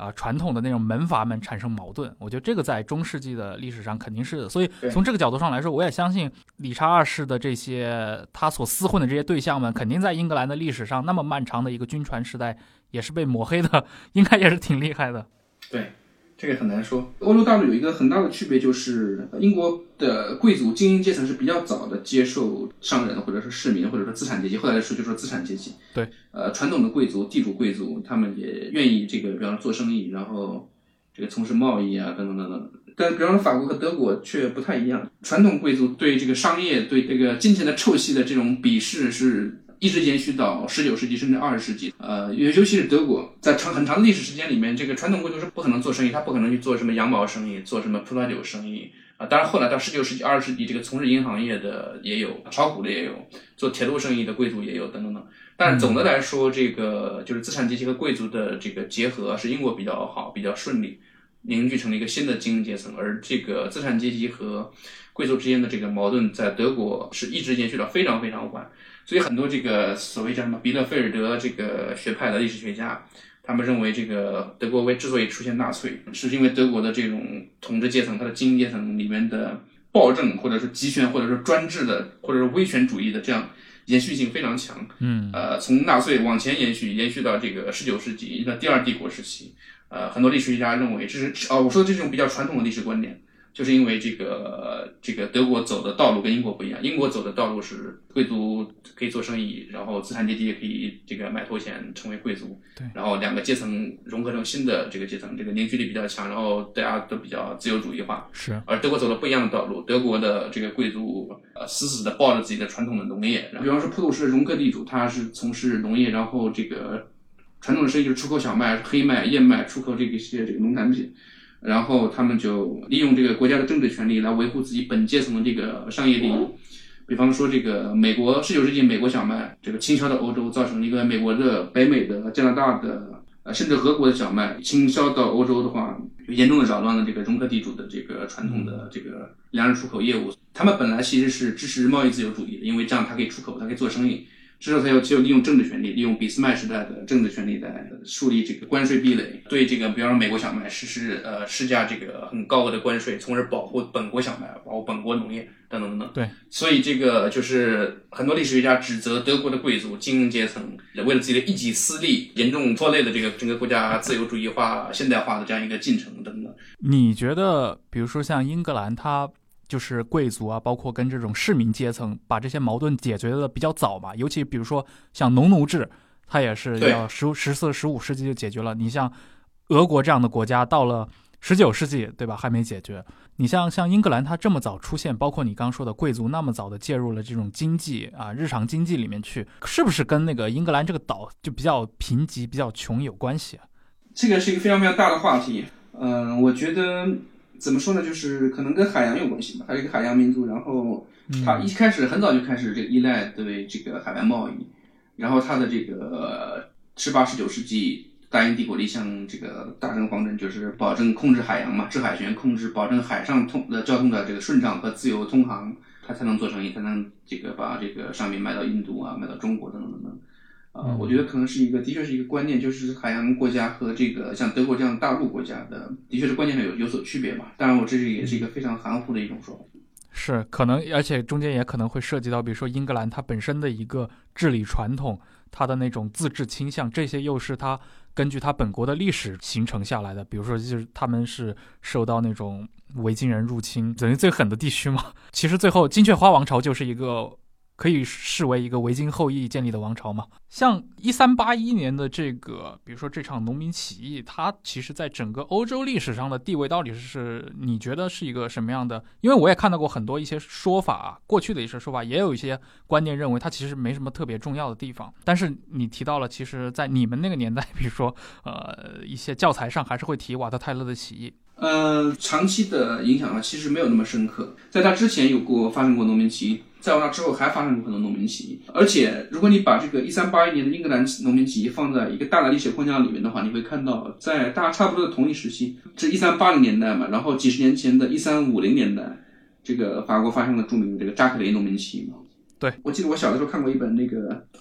传统的那种门阀们产生矛盾。我觉得这个在中世纪的历史上肯定是的，所以从这个角度上来说，我也相信理查二世的这些他所厮混的这些对象们，肯定在英格兰的历史上那么漫长的一个军船时代也是被抹黑的，应该也是挺厉害的。 对，这个很难说。欧洲大陆有一个很大的区别，就是英国的贵族精英阶层是比较早的接受商人或者是市民或者说资产阶级，后来的说就说资产阶级。 对， 传统的贵族、地主贵族，他们也愿意这个，比方说做生意，然后这个从事贸易啊，等等等等。但比方说法国和德国却不太一样，传统贵族对这个商业、对这个金钱的臭气的这种鄙视是一直延续到19世纪甚至20世纪。尤其是德国，在很长的历史时间里面，这个传统贵族是不可能做生意，他不可能去做什么羊毛生意，做什么葡萄酒生意啊。当然后来到19世纪、20世纪，这个从事银行业的也有，炒股的也有，做铁路生意的贵族也有，等等等。但是总的来说，这个就是资产阶级和贵族的这个结合是英国比较好、比较顺利，凝聚成了一个新的精英阶层。而这个资产阶级和贵族之间的这个矛盾，在德国是一直延续到非常非常晚。所以很多这个所谓叫什么比勒菲尔德这个学派的历史学家，他们认为这个德国之所以出现纳粹，是因为德国的这种统治阶层，它的精英阶层里面的暴政或者是集权或者是专制的或者是威权主义的这样延续性非常强。从纳粹往前延续到这个19世纪的第二帝国时期。很多历史学家认为这是我说的这种比较传统的历史观点，就是因为这个德国走的道路跟英国不一样，英国走的道路是贵族可以做生意，然后资产阶级也可以这个买头钱成为贵族， 对， 然后两个阶层融合成新的这个阶层，这个凝聚力比较强，然后大家都比较自由主义化。 是， 而德国走了不一样的道路，德国的这个贵族死死的抱着自己的传统的农业，比方说普鲁士容克地主，他是从事农业，然后这个传统的生意就是出口小麦、黑麦、燕麦，出口这些农产品。然后他们就利用这个国家的政治权力来维护自己本阶层的这个商业利益。比方说这个美国19世纪美国小麦这个倾销到欧洲，造成一个美国的、北美的、加拿大的甚至俄国的小麦倾销到欧洲的话，严重的扰乱了这个容克地主的这个传统的这个粮食出口业务。他们本来其实是支持贸易自由主义的，因为这样他可以出口，他可以做生意。之后他就利用政治权力，利用俾斯麦时代的政治权力来树立这个关税壁垒，对这个比方说美国小麦施加这个很高额的关税，从而保护本国小麦、保护本国农业等等等等。 对， 所以这个就是很多历史学家指责德国的贵族精英阶层为了自己的一己私利，严重拖累了这个整个国家自由主义化、现代化的这样一个进程等等。 你觉得，比如说像英格兰，它就是贵族啊，包括跟这种市民阶层把这些矛盾解决的比较早嘛，尤其比如说像农奴制，它也是要14、15世纪就解决了。你像俄国这样的国家，到了19世纪，对吧，还没解决。你像英格兰，它这么早出现，包括你刚刚说的贵族那么早的介入了这种经济啊，日常经济里面去，是不是跟那个英格兰这个岛就比较贫瘠、比较穷有关系啊？ 这个是一个非常非常大的话题。我觉得怎么说呢，就是可能跟海洋有关系吧。它是一个海洋民族，然后它一开始很早就开始这个依赖对这个海外贸易，然后它的这个18、19世纪大英帝国的一项这个大政方针就是保证控制海洋嘛，制海权保证海上交通的这个顺畅和自由通航，它才能做生意，才能这个把这个商品卖到印度啊，卖到中国等等等等。我觉得可能是的确是一个观念，就是海洋国家和这个像德国这样的大陆国家的确是观念上有所区别吧。当然，这也是一个非常含糊的一种说法。 是可能，而且中间也可能会涉及到，比如说英格兰它本身的一个治理传统，它的那种自治倾向，这些又是它根据它本国的历史形成下来的。比如说，就是他们是受到那种维京人入侵，等于最狠的地区嘛。其实最后金雀花王朝就是一个可以视为一个维京后裔建立的王朝嘛。像1381年的这个，比如说这场农民起义，它其实在整个欧洲历史上的地位到底是你觉得是一个什么样的？因为我也看到过很多一些说法，过去的一些说法，也有一些观念认为它其实没什么特别重要的地方。但是你提到了，其实在你们那个年代，比如说一些教材上还是会提瓦特泰勒的起义。 长期的影响其实没有那么深刻。在它之前发生过农民起义，在那之后还发生过很多农民起义。而且如果你把这个1381年的英格兰农民起义放在一个大的历史框架里面的话，你会看到在大家差不多的同一时期，这1380年代嘛，然后几十年前的1350年代，这个法国发生了著名的这个扎克雷农民起义嘛。 对， 我记得我小的时候看过一本那个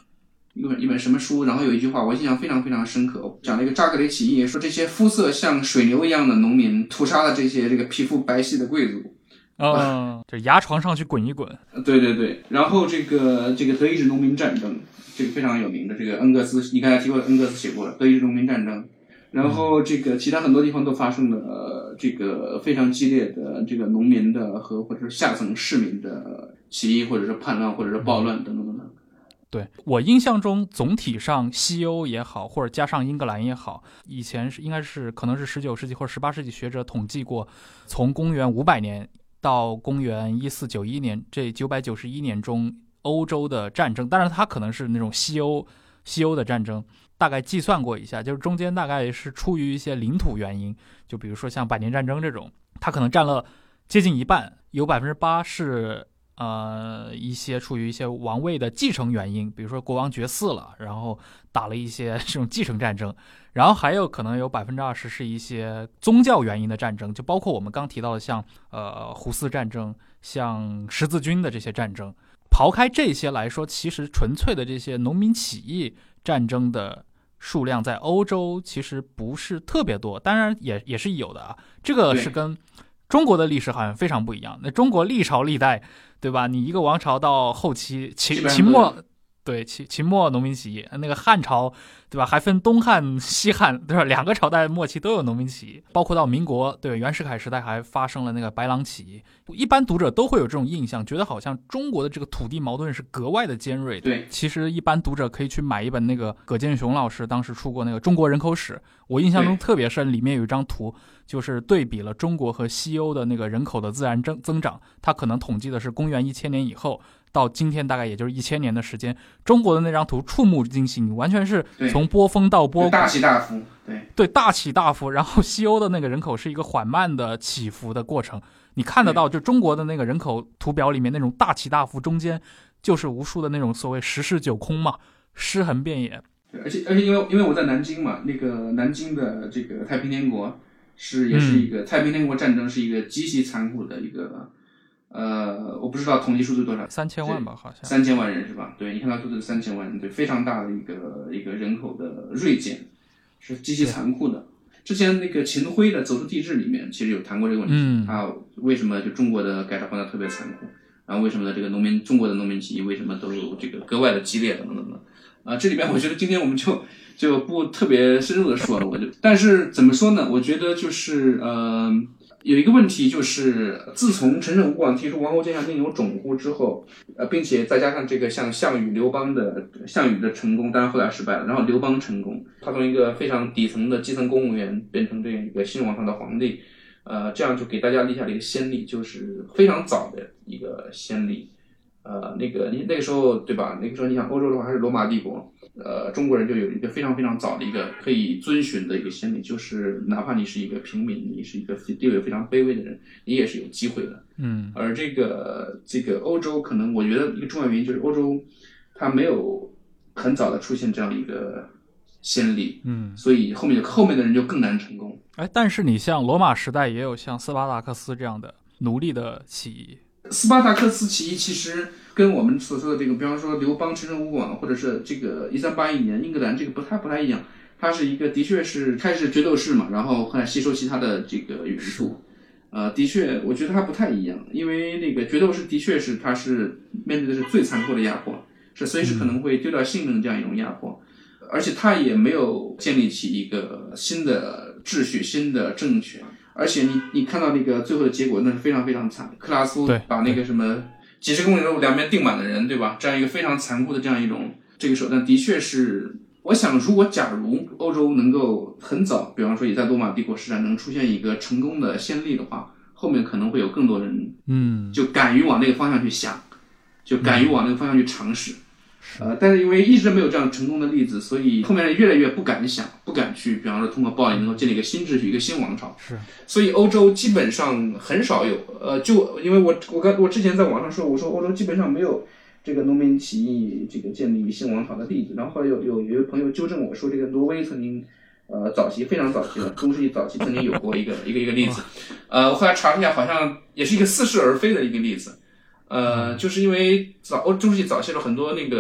一本什么书，然后有一句话我印象非常非常深刻，讲了一个扎格雷起义，说这些肤色像水牛一样的农民屠杀了这些这个皮肤白皙的贵族。 就牙床上去滚一滚。 对对对，然后这个德意志农民战争，这个非常有名的，这个恩格斯，你刚才提过的恩格斯写过了德意志农民战争。然后这个其他很多地方都发生了这个非常激烈的这个农民的和或者是下层市民的起义，或者是叛乱，或者是暴乱等等等等。 对，我印象中总体上西欧也好，或者加上英格兰也好，以前应该是可能是19世纪或者18世纪学者统计过，从公元500年到公元1491年这991年中欧洲的战争，当然它可能是那种西欧的战争，大概计算过一下，就是中间大概是出于一些领土原因，就比如说像百年战争这种，它可能占了接近一半，有 8% 是一些出于一些王位的继承原因，比如说国王绝嗣了，然后打了一些这种继承战争，然后还有可能有 20% 是一些宗教原因的战争，就包括我们刚提到的像胡斯战争，像十字军的这些战争。刨开这些来说，其实纯粹的这些农民起义战争的数量在欧洲其实不是特别多，当然也是有的啊。这个是跟中国的历史好像非常不一样。那中国历朝历代，对吧？你一个王朝到后期秦末，对秦末农民起义，那个汉朝，对吧？还分东汉、西汉，对吧？2个朝代末期都有农民起义，包括到民国，对袁世凯时代还发生了那个白狼起义。一般读者都会有这种印象，觉得好像中国的这个土地矛盾是格外的尖锐的。 对， 其实一般读者可以去买一本那个葛剑雄老师当时出过那个《中国人口史》，我印象中特别深，里面有一张图，就是对比了中国和西欧的那个人口的自然增长，它可能统计的是公元1000年以后。到今天大概也就是1000年的时间，中国的那张图触目惊心，你完全是从波峰到波谷， 大起大伏， 对，大起大伏。然后西欧的那个人口是一个缓慢的起伏的过程，你看得到，就中国的那个人口图表里面那种大起大伏，中间就是无数的那种所谓十室九空嘛，尸横遍野。 对，而且因为我在南京嘛，那个南京的这个太平天国也是一个太平天国战争，是一个极其残酷的一个。我不知道统计数字多少 ，3000万吧，好像 3000万人是吧？对，你看到数字3000万人，对，非常大的一个人口的锐减，是极其残酷的。之前那个秦晖的《走出地质》里面其实有谈过这个问题，他为什么就中国的改朝换代特别残酷，然后为什么这个中国的农民起义为什么都有这个格外的激烈等等等等。这里边我觉得今天我们就不特别深入的说了，但是怎么说呢？我觉得就是有一个问题就是，自从陈胜吴广提出王侯将相宁有种乎之后，并且再加上这个像项羽的成功，当然后来失败了，然后刘邦成功，他从一个非常底层的基层公务员变成这样一个新王朝的皇帝，这样就给大家立下了一个先例，就是非常早的一个先例。那个时候对吧？那个时候你想欧洲的话还是罗马帝国，中国人就有一个非常非常早的一个可以遵循的一个先例，就是哪怕你是一个平民，你是一个地位非常卑微的人，你也是有机会的。而这个欧洲可能我觉得一个重要原因就是欧洲它没有很早的出现这样一个先例，所以后面的人就更难成功。 但是你像罗马时代也有像斯巴达克斯这样的奴隶的起义。 斯巴达克斯起义其实跟我们所说的这个，比方说刘邦、陈胜吴广，或者是这个1381年英格兰这个不太一样。它是一个的确是开始决斗士嘛，然后后来吸收其他的这个元素。的确，我觉得它不太一样，因为那个决斗士的确是它是面对的是最残酷的压迫，是随时可能会丢掉性命这样一种压迫，而且它也没有建立起一个新的秩序、新的政权。而且你看到那个最后的结果，那是非常非常惨。克拉苏把那个什么几十公里路两边钉满的人，对吧？这样一个非常残酷的这样一种这个手段，的确是，我想假如欧洲能够很早，比方说也在罗马帝国时代能出现一个成功的先例的话，后面可能会有更多人，就敢于往那个方向去想，就敢于往那个方向去尝试。但是因为一直没有这样成功的例子，所以后面人越来越不敢想，不敢去，比方说通过暴力能够建立一个新秩序、一个新王朝。所以欧洲基本上很少有，就因为我之前在网上说，我说欧洲基本上没有这个农民起义这个建立新王朝的例子。然后后来有一位朋友纠正我说，这个挪威曾经非常早期的中世纪早期曾经有过一个例子。我后来查了一下，好像也是一个似是而非的一个例子。就是因为中世纪早期了很多那个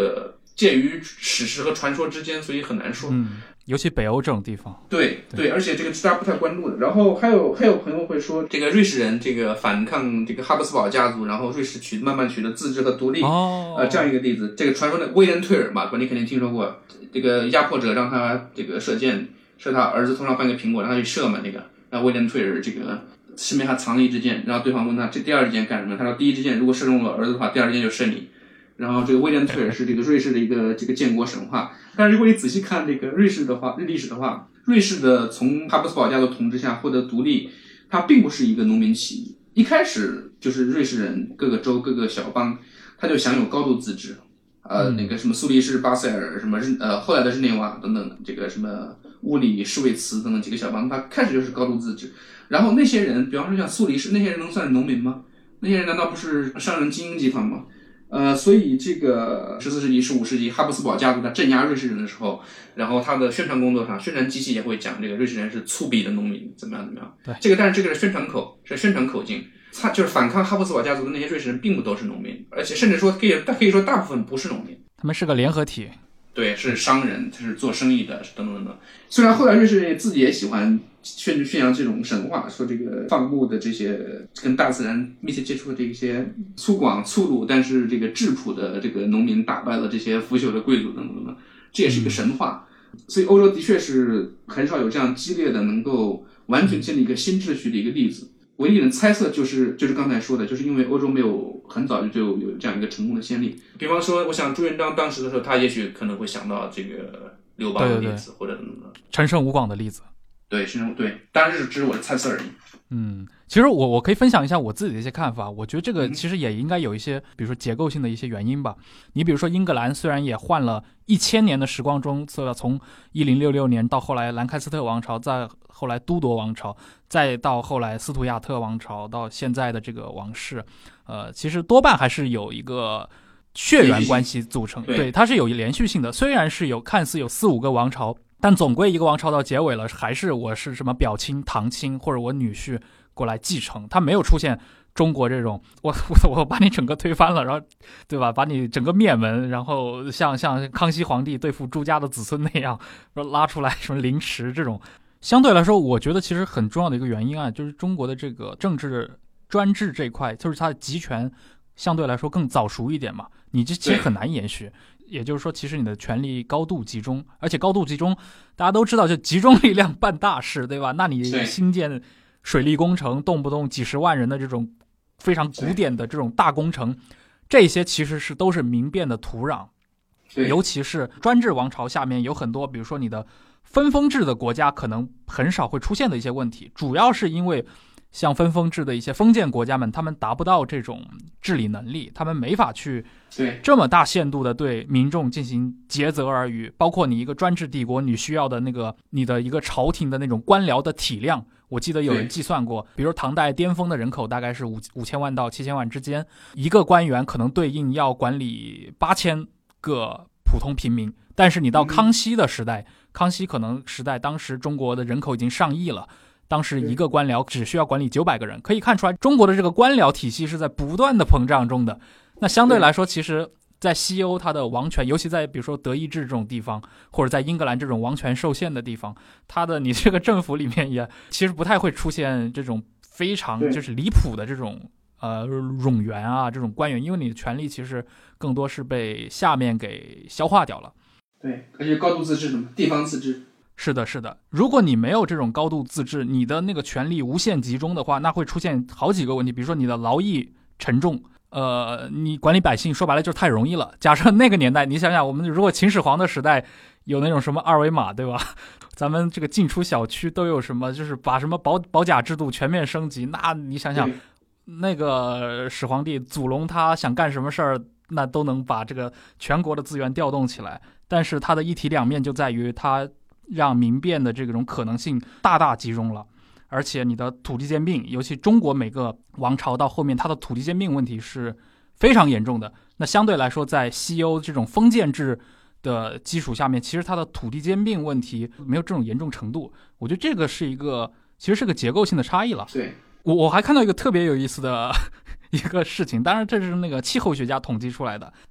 介于史实和传说之间，所以很难说。 尤其北欧这种地方。 对，而且这个大家不太关注的。然后还有朋友会说，这个瑞士人这个反抗这个哈布斯堡家族，然后瑞士慢慢取得自治和独立。这样一个例子，这个传说的威廉退尔嘛，你肯定听说过。这个压迫者让他这个射箭，射他儿子头上放一个苹果，让他去射嘛。那威廉退尔这个身边还藏了一支箭，然后对方问他这第二支箭干什么？他说第一支箭如果射中了儿子的话，第二支箭就射你。然后这个威廉退尔是这个瑞士的一个这个建国神话。但是如果你仔细看这个瑞士历史的话，瑞士的从哈布斯堡家族统治下获得独立，它并不是一个农民起义。一开始就是瑞士人各个州各个小邦，他就享有高度自治。那个什么苏黎世、巴塞尔，什么后来的日内瓦等等，这个什么乌里、施韦茨等等几个小邦，他开始就是高度自治。然后那些人，比方说像苏黎世，那些人能算是农民吗？那些人难道不是商人精英集团吗？所以这个14世纪、15世纪哈布斯堡家族在镇压瑞士人的时候，然后他的宣传工作上，宣传机器也会讲这个瑞士人是粗鄙的农民，怎么样。对，但是这个是宣传口径。他就是反抗哈布斯堡家族的那些瑞士人并不都是农民，而且甚至说可以说大部分不是农民， 他们是个联合体。 对，是商人，他是做生意的，等等。虽然后来瑞士人自己也喜欢宣扬这种神话，说这个放牧的这些跟大自然密切接触的这些粗犷粗鲁但是这个质朴的这个农民打败了这些腐朽的贵族等等，这也是一个神话。所以欧洲的确是很少有这样激烈的能够完全建立一个新秩序的一个例子。唯一的猜测就是刚才说的，就是因为欧洲没有很早就有这样一个成功的先例。比方说，我想朱元璋当时的时候，他也许可能会想到这个刘邦的例子，或者怎么的， 陈胜吴广的例子。 对，当然只是我的猜测而已。 其实我可以分享一下我自己的一些看法。我觉得这个其实也应该有一些，比如说结构性的一些原因吧。你比如说英格兰虽然也换了1000年的时光中，从1066年到后来兰开斯特王朝，再后来都铎王朝，再到后来斯图亚特王朝，到现在的这个王室，其实多半还是有一个血缘关系组成。对，它是有连续性的。虽然是看似有4-5个王朝，但总归一个王朝到结尾了，还是我是什么表亲、堂亲或者我女婿过来继承，它没有出现中国这种我把你整个推翻了，然后对吧，把你整个灭门，然后像康熙皇帝对付朱家的子孙那样拉出来什么凌迟这种。相对来说，我觉得其实很重要的一个原因啊，就是中国的这个政治专制这一块，就是它的集权相对来说更早熟一点嘛，你这其实很难延续。也就是说，其实你的权力高度集中，而且高度集中，大家都知道，就集中力量办大事，对吧？那你新建水利工程，动不动几十万人的这种非常古典的这种大工程，这些其实都是民变的土壤。尤其是专制王朝下面有很多，比如说你的分封制的国家，可能很少会出现的一些问题，主要是因为像分封制的一些封建国家们，他们达不到这种治理能力，他们没法去这么大限度的对民众进行竭泽而渔。包括你一个专制帝国，你需要的你的一个朝廷的那种官僚的体量，我记得有人计算过，比如唐代巅峰的人口大概是5000万到7000万之间，一个官员可能对应要管理8000个普通平民。但是你到康熙的时代，康熙可能时代当时中国的人口已经上亿了，当时一个官僚只需要管理900个人，可以看出来中国的这个官僚体系是在不断的膨胀中的。那相对来说，其实在西欧它的王权，尤其在比如说德意志这种地方，或者在英格兰这种王权受限的地方，它的你这个政府里面也其实不太会出现这种非常就是离谱的这种冗员啊这种官员，因为你的权力其实更多是被下面给消化掉了。 对，而且高度自治的嘛，地方自治。 是的。如果你没有这种高度自治，你的那个权力无限集中的话，那会出现好几个问题。比如说你的劳役沉重，你管理百姓说白了就是太容易了。假设那个年代，你想想，我们如果秦始皇的时代有那种什么2维码，对吧？咱们这个进出小区都有什么，就是把什么保甲制度全面升级。那你想想，那个始皇帝祖龙他想干什么事儿，那都能把这个全国的资源调动起来。但是它的一体两面就在于它让民变的这种可能性大大集中了，而且你的土地兼并，尤其中国每个王朝到后面它的土地兼并问题是非常严重的。那相对来说，在西欧这种封建制的基础下面，其实它的土地兼并问题没有这种严重程度。我觉得这个是其实是个结构性的差异了。 对， 我还看到一个特别有意思的一个事情，当然这是那个气候学家统计出来的。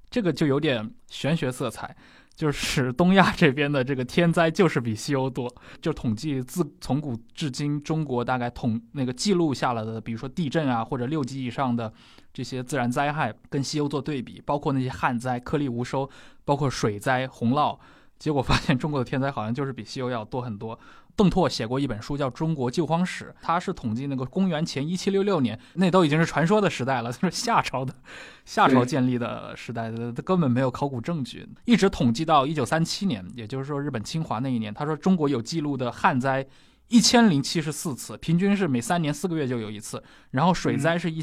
这个就有点玄学色彩。就是东亚这边的这个天灾就是比西欧多，就统计自从古至今中国大概记录下来的，比如说地震啊或者6级以上的这些自然灾害，跟西欧做对比，包括那些旱灾、颗粒无收，包括水灾、洪涝，结果发现中国的天灾好像就是比西欧要多很多。邓拓写过一本书叫《中国救荒史》，他是统计那个公元前1766年，那都已经是传说的时代了，就是夏朝建立的时代的，根本没有考古证据，一直统计到1937年，也就是说日本侵华那一年，他说中国有记录的旱灾1074次，平均是每3年4个月就有一次，然后水灾是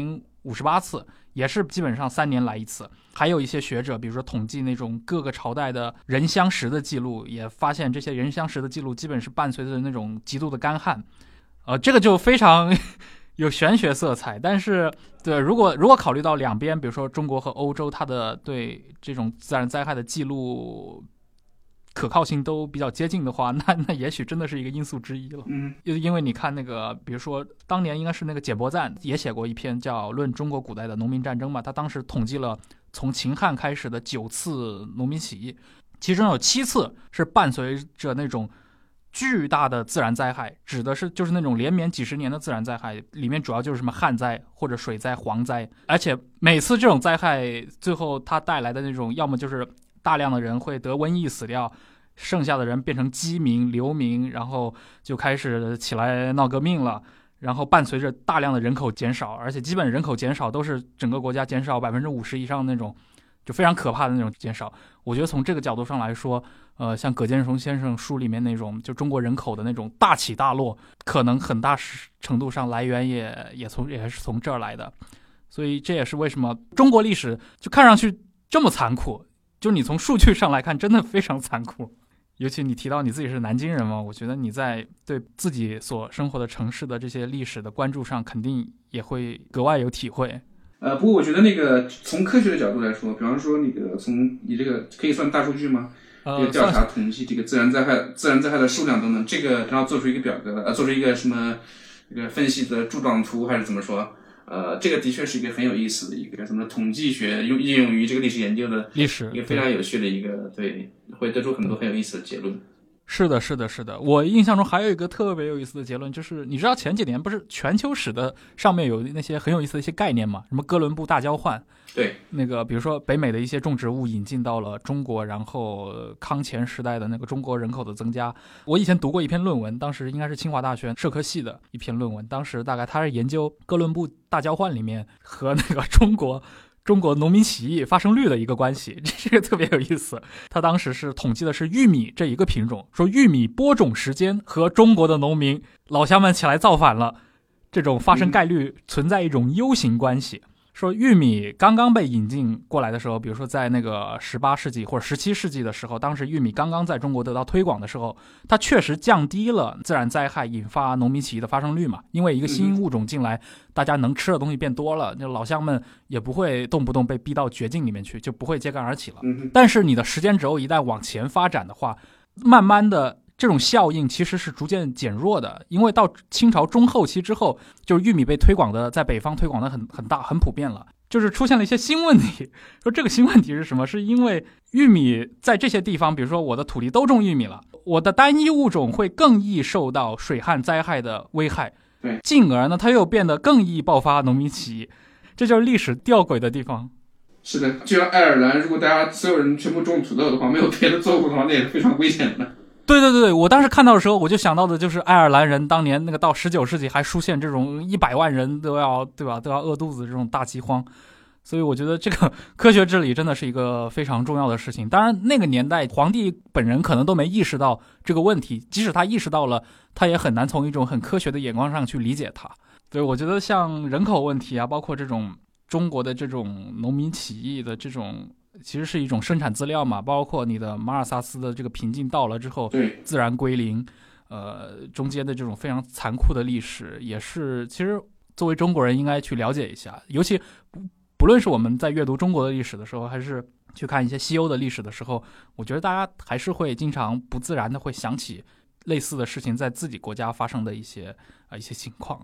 1058次，也是基本上3年来一次。还有一些学者比如说统计那种各个朝代的人相食的记录，也发现这些人相食的记录基本是伴随着那种极度的干旱，这个就非常有玄学色彩。但是对，如果考虑到两边比如说中国和欧洲，它的对这种自然灾害的记录可靠性都比较接近的话，那也许真的是一个因素之一了。因为你看那个，比如说当年应该是那个简伯赞也写过一篇叫《论中国古代的农民战争》嘛，他当时统计了从秦汉开始的9次农民起义，其中有7次是伴随着那种巨大的自然灾害，指的是就是那种连绵几十年的自然灾害，里面主要就是什么旱灾或者水灾、蝗灾，而且每次这种灾害最后它带来的那种，要么就是大量的人会得瘟疫死掉，剩下的人变成饥民、流民，然后就开始起来闹革命了，然后伴随着大量的人口减少，而且基本人口减少都是整个国家减少50%以上的那种，就非常可怕的那种减少。我觉得从这个角度上来说，像葛剑松先生书里面那种就中国人口的那种大起大落，可能很大程度上来源也是从这儿来的。所以这也是为什么中国历史就看上去这么残酷，就你从数据上来看真的非常残酷。尤其你提到你自己是南京人嘛，我觉得你在对自己所生活的城市的这些历史的关注上肯定也会格外有体会。 不过我觉得那个从科学的角度来说，比方说那个从你这个可以算大数据吗？这个调查统计这个自然灾害的数量等等，这个然后做出一个表格，做出一个什么这个分析的柱状图还是怎么说？这个的确是一个很有意思的一个什么统计学应用于这个历史研究的历史一个非常有趣的一个对，会得出很多很有意思的结论。 是的，是的，是的。我印象中还有一个特别有意思的结论，就是你知道前几年不是全球史的上面有那些很有意思的一些概念嘛？什么哥伦布大交换， 对， 那个比如说北美的一些种植物引进到了中国，然后康乾时代的那个中国人口的增加。我以前读过一篇论文，当时应该是清华大学社科系的一篇论文，当时大概他是研究哥伦布大交换里面和那个中国农民起义发生率的一个关系，这个特别有意思。他当时是统计的是玉米这一个品种，说玉米播种时间和中国的农民老乡们起来造反了，这种发生概率存在一种 U 型关系。说玉米刚刚被引进过来的时候，比如说在那个18世纪或者17世纪的时候，当时玉米刚刚在中国得到推广的时候，它确实降低了自然灾害引发农民起义的发生率嘛，因为一个新物种进来，大家能吃的东西变多了，就老乡们也不会动不动被逼到绝境里面去，就不会揭竿而起了。但是你的时间轴一旦往前发展的话，慢慢的这种效应其实是逐渐减弱的，因为到清朝中后期之后，就是玉米被推广的在北方推广的很大很普遍了，就是出现了一些新问题。说这个新问题是什么？是因为玉米在这些地方，比如说我的土地都种玉米了，我的单一物种会更易受到水旱灾害的危害， 对， 进而呢它又变得更易爆发农民起义，这就是历史吊诡的地方。 是的，就像爱尔兰，如果大家所有人全部种土豆的话，没有别的作物的话，那也是非常危险的。 对对对，我当时看到的时候，我就想到的就是爱尔兰人当年那个到19世纪还出现这种100万人都要对吧，都要饿肚子这种大饥荒。所以我觉得这个科学治理真的是一个非常重要的事情。当然那个年代皇帝本人可能都没意识到这个问题，即使他意识到了，他也很难从一种很科学的眼光上去理解它。对，我觉得像人口问题啊，包括这种中国的这种农民起义的这种，其实是一种生产资料嘛，包括你的马尔萨斯的这个瓶颈到了之后， 对， 自然归零，中间的这种非常残酷的历史，也是其实作为中国人应该去了解一下。尤其不论是我们在阅读中国的历史的时候，还是去看一些西欧的历史的时候，我觉得大家还是会经常不自然的会想起类似的事情在自己国家发生的一些情况。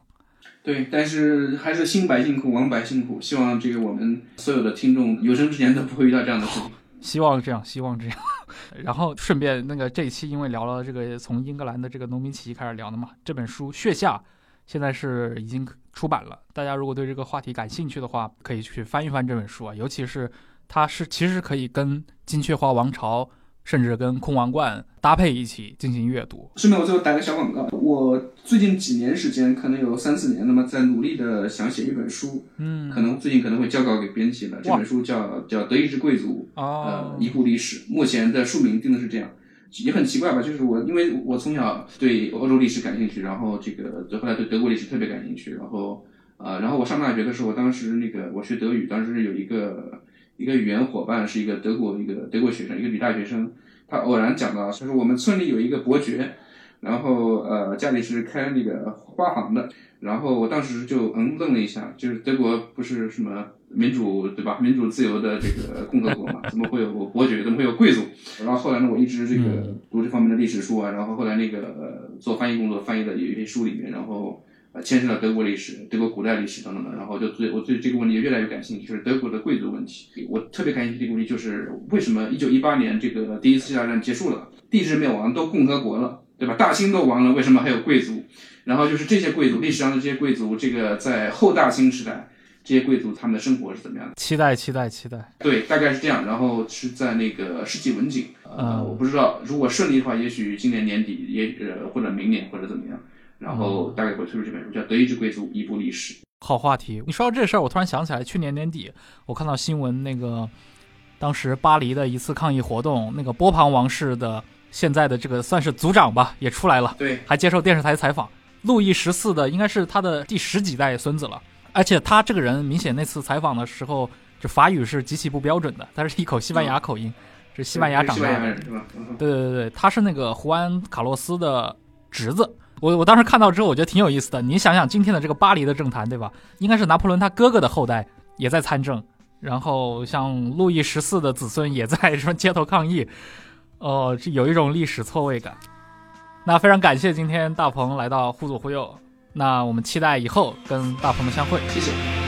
对，但是还是兴百姓苦，亡百姓苦。希望这个我们所有的听众有生之年都不会遇到这样的事情。 希望这样。然后顺便这一期因为聊了这个从英格兰的这个农民起义开始聊的嘛，这本书《血下》现在是已经出版了，大家如果对这个话题感兴趣的话，可以去翻一翻这本书啊，尤其是它其实可以跟金雀花王朝甚至跟空王冠搭配一起进行阅读。 顺便我最后打个小广告，我最近几年时间，可能有3-4年，那么在努力的想写一本书，可能最近可能会交稿给编辑了。这本书叫德意志贵族一部历史，目前的书名定的是这样。也很奇怪吧，就是因为我从小对欧洲历史感兴趣，然后后来对德国历史特别感兴趣，然后我上大学的时候，当时我学德语，当时有一个语言伙伴是一个德国学生，一个女大学生，他偶然讲到，就是我们村里有一个伯爵，然后家里是开那个花行的，然后我当时就愣了一下，就是德国不是什么民主对吧？民主自由的这个共和国嘛，怎么会有伯爵？怎么会有贵族？然后后来呢，我一直读这方面的历史书啊，然后后来做翻译工作，翻译的有一些书里面，然后牵涉到德国历史、德国古代历史等等的，然后我对这个问题越来越感兴趣，就是德国的贵族问题。我特别感兴趣这个问题，就是为什么1918年这个第一次世界大战结束了，帝制灭亡，都共和国了，对吧？大清都亡了，为什么还有贵族？然后就是这些贵族，历史上的这些贵族，这个在后大清时代，这些贵族他们的生活是怎么样的？ 期待。 对，大概是这样。然后是在世纪文景，我不知道，如果顺利的话，也许今年年底或者明年或者怎么样。然后大概会推出这本书，叫《德意志贵族一部历史》。 好话题，你说到这事儿，我突然想起来，去年年底我看到新闻，当时巴黎的一次抗议活动，波旁王室的现在的这个算是族长吧，也出来了， 对， 还接受电视台采访。路易14的应该是他的第10几代孙子了，而且他这个人明显那次采访的时候，这法语是极其不标准的，他是一口西班牙口音，是西班牙长大的，对，他是胡安卡洛斯的侄子。我当时看到之后，我觉得挺有意思的。你想想今天的这个巴黎的政坛，对吧？应该是拿破仑他哥哥的后代也在参政，然后像路易14的子孙也在什么街头抗议，这有一种历史错位感。那非常感谢今天大鹏来到忽左忽右，那我们期待以后跟大鹏的相会， 谢谢。